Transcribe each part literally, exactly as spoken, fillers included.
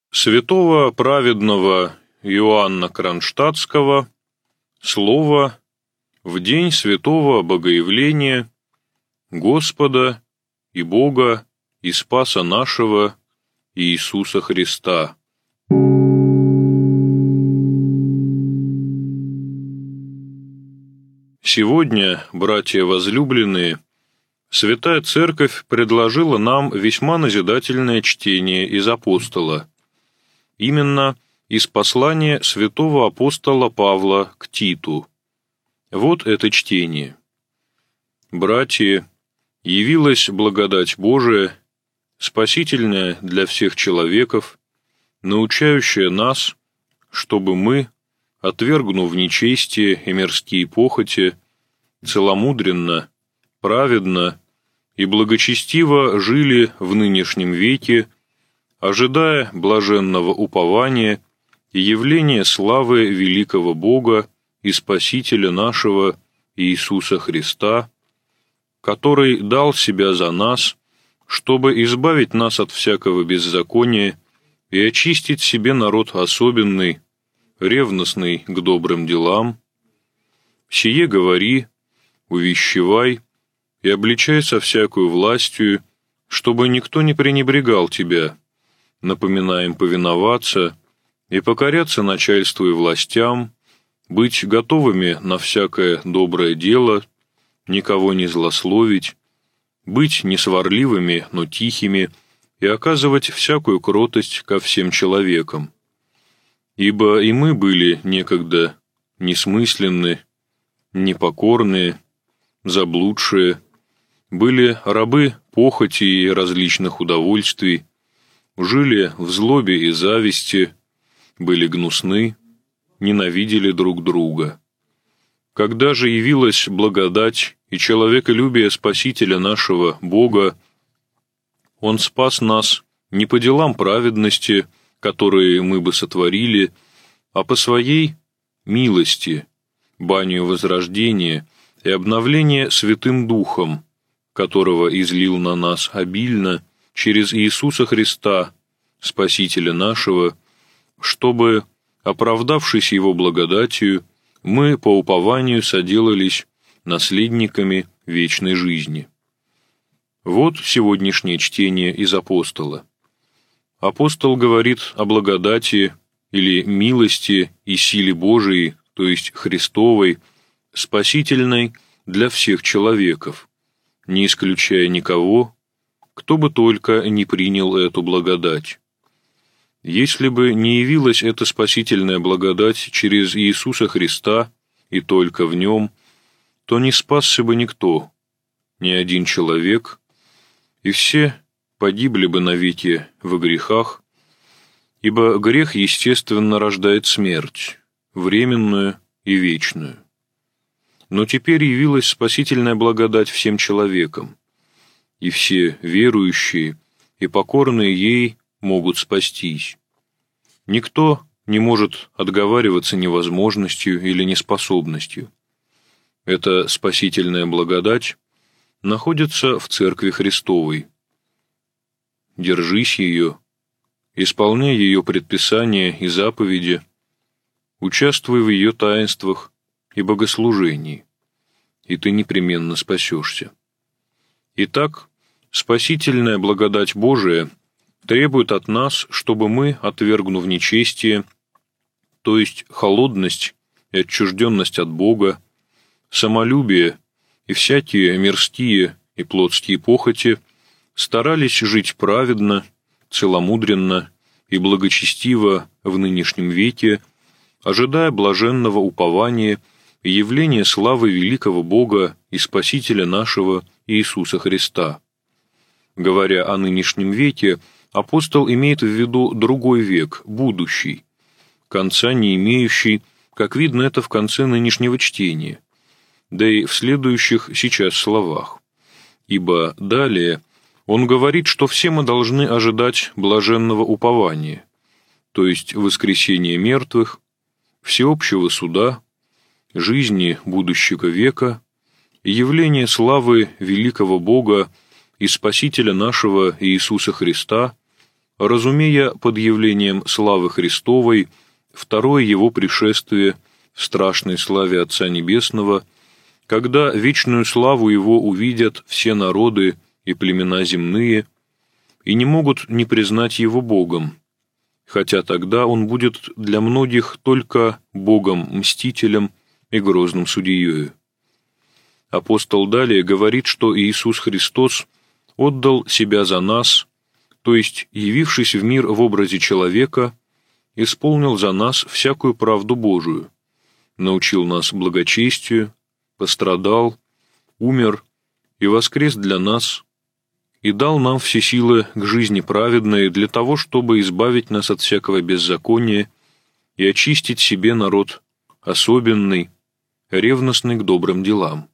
Святого праведного Иоанна Кронштадтского. Слово в день святого Богоявления Господа и Бога и Спаса нашего Иисуса Христа. Сегодня, братья возлюбленные, Святая Церковь предложила нам весьма назидательное чтение из апостола, именно из послания святого апостола Павла к Титу. Вот это чтение. «Братья, явилась благодать Божия, спасительная для всех человеков, научающая нас, чтобы мы, отвергнув нечестие и мирские похоти, целомудренно, праведно и благочестиво жили в нынешнем веке, ожидая блаженного упования и явления славы великого Бога и Спасителя нашего Иисуса Христа, который дал себя за нас, чтобы избавить нас от всякого беззакония и очистить себе народ особенный, ревностный к добрым делам. Сие говори, увещевай и обличай со всякою властью, чтобы никто не пренебрегал тебя, напоминаем повиноваться и покоряться начальству и властям, быть готовыми на всякое доброе дело, никого не злословить, быть не сварливыми, но тихими, и оказывать всякую кротость ко всем человекам. Ибо и мы были некогда несмысленны, непокорные, заблудшие, были рабы похоти и различных удовольствий, жили в злобе и зависти, были гнусны, ненавидели друг друга. Когда же явилась благодать и человеколюбие Спасителя нашего Бога, Он спас нас не по делам праведности, которые мы бы сотворили, а по Своей милости, банию возрождения и обновления Святым Духом, которого излил на нас обильно через Иисуса Христа, Спасителя нашего, чтобы, оправдавшись Его благодатью, мы по упованию соделались наследниками вечной жизни. Вот сегодняшнее чтение из апостола. Апостол говорит о благодати или милости и силе Божией, то есть Христовой, спасительной для всех человеков, не исключая никого, кто бы только не принял эту благодать. Если бы не явилась эта спасительная благодать через Иисуса Христа и только в Нем, то не спасся бы никто, ни один человек, и все погибли бы навеки во грехах, ибо грех, естественно, рождает смерть, временную и вечную. Но теперь явилась спасительная благодать всем человекам, и все верующие и покорные ей могут спастись. Никто не может отговариваться невозможностью или неспособностью. Эта спасительная благодать находится в Церкви Христовой. Держись ее, исполняй ее предписания и заповеди, участвуй в ее таинствах и богослужении, и ты непременно спасешься. Итак, спасительная благодать Божия требует от нас, чтобы мы, отвергнув нечестие, то есть холодность и отчужденность от Бога, самолюбие и всякие мирские и плотские похоти, старались жить праведно, целомудренно и благочестиво в нынешнем веке, ожидая блаженного упования и явления славы великого Бога и Спасителя нашего Иисуса Христа. Говоря о нынешнем веке, апостол имеет в виду другой век, будущий, конца не имеющий, как видно это в конце нынешнего чтения, да и в следующих сейчас словах. Ибо далее он говорит, что все мы должны ожидать блаженного упования, то есть воскресения мертвых, всеобщего суда, жизни будущего века и явления славы великого Бога и Спасителя нашего Иисуса Христа, разумея под явлением славы Христовой второе Его пришествие в страшной славе Отца Небесного, когда вечную славу Его увидят все народы и племена земные, и не могут не признать Его Богом, хотя тогда Он будет для многих только Богом-мстителем и грозным судьею. Апостол далее говорит, что Иисус Христос отдал Себя за нас, то есть, явившись в мир в образе человека, исполнил за нас всякую правду Божию, научил нас благочестию, пострадал, умер и воскрес для нас, и дал нам все силы к жизни праведной для того, чтобы избавить нас от всякого беззакония и очистить себе народ особенный, ревностный к добрым делам.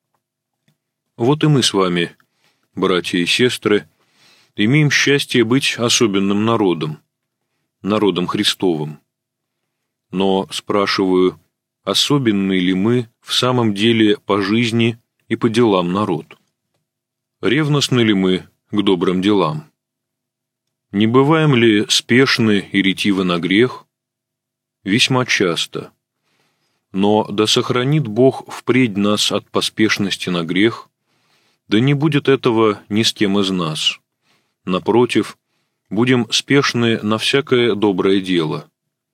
Вот и мы с вами, братья и сестры, имеем счастье быть особенным народом, народом Христовым. Но, спрашиваю, особенны ли мы в самом деле по жизни и по делам народ? Ревностны ли мы к добрым делам? Не бываем ли спешны и ретивы на грех? Весьма часто. Но да сохранит Бог впредь нас от поспешности на грех, да не будет этого ни с кем из нас. Напротив, будем спешны на всякое доброе дело.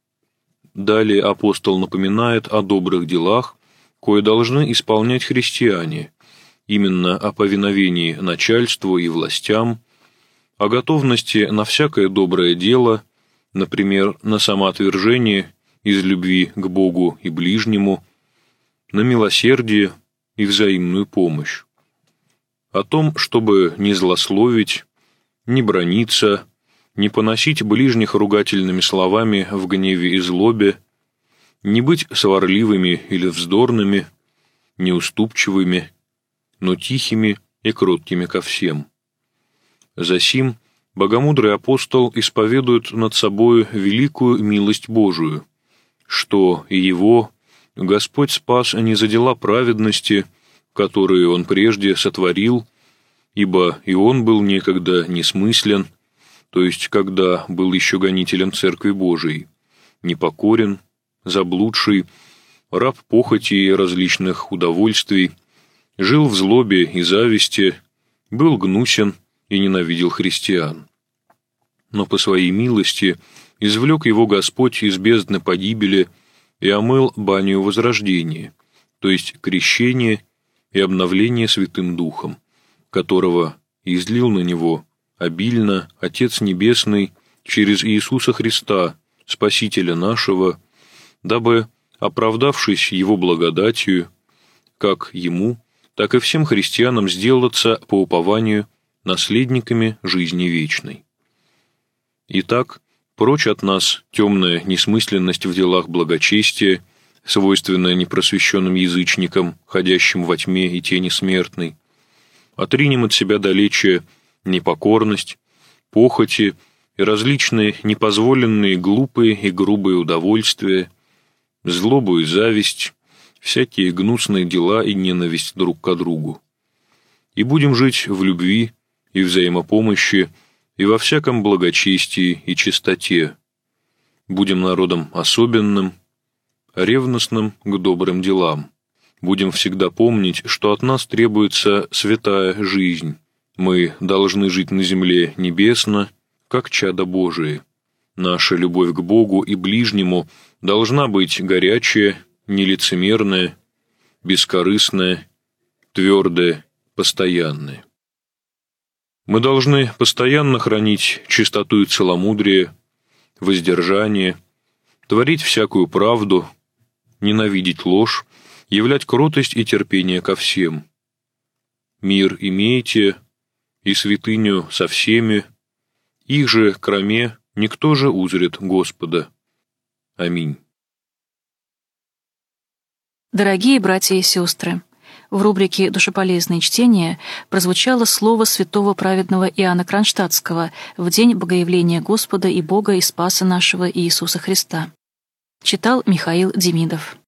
Далее апостол напоминает о добрых делах, кое должны исполнять христиане, именно о повиновении начальству и властям, о готовности на всякое доброе дело, например, на самоотвержение из любви к Богу и ближнему, на милосердие и взаимную помощь, о том, чтобы не злословить, не браниться, не поносить ближних ругательными словами в гневе и злобе, не быть сварливыми или вздорными, неуступчивыми, но тихими и кроткими ко всем. Засим богомудрый апостол исповедует над собою великую милость Божию, что и его Господь спас не за дела праведности, которые он прежде сотворил, ибо и он был некогда несмыслен, то есть когда был еще гонителем Церкви Божией, непокорен, заблудший, раб похоти и различных удовольствий, жил в злобе и зависти, был гнусен и ненавидел христиан. Но по своей милости извлек его Господь из бездны погибели и омыл баню возрождения, то есть крещение и обновление Святым Духом, которого излил на него обильно Отец Небесный через Иисуса Христа, Спасителя нашего, дабы, оправдавшись Его благодатью, как Ему, так и всем христианам сделаться по упованию наследниками жизни вечной. Итак, прочь от нас темная несмысленность в делах благочестия, свойственная непросвещенным язычникам, ходящим во тьме и тени смертной. Отринем от себя далече непокорность, похоти и различные непозволенные глупые и грубые удовольствия, злобу и зависть, всякие гнусные дела и ненависть друг к другу. И будем жить в любви и взаимопомощи и во всяком благочестии и чистоте. Будем народом особенным, ревностным к добрым делам. Будем всегда помнить, что от нас требуется святая жизнь. Мы должны жить на земле небесно, как чада Божии. Наша любовь к Богу и ближнему должна быть горячая, нелицемерная, бескорыстная, твердая, постоянная. Мы должны постоянно хранить чистоту и целомудрие, воздержание, творить всякую правду, ненавидеть ложь, являть кротость и терпение ко всем. Мир имейте, и святыню со всеми, их же кроме никто же узрит Господа. Аминь. Дорогие братья и сестры, в рубрике «Душеполезные чтения» прозвучало слово святого праведного Иоанна Кронштадтского в день Богоявления Господа и Бога и Спаса нашего Иисуса Христа. Читал Михаил Демидов.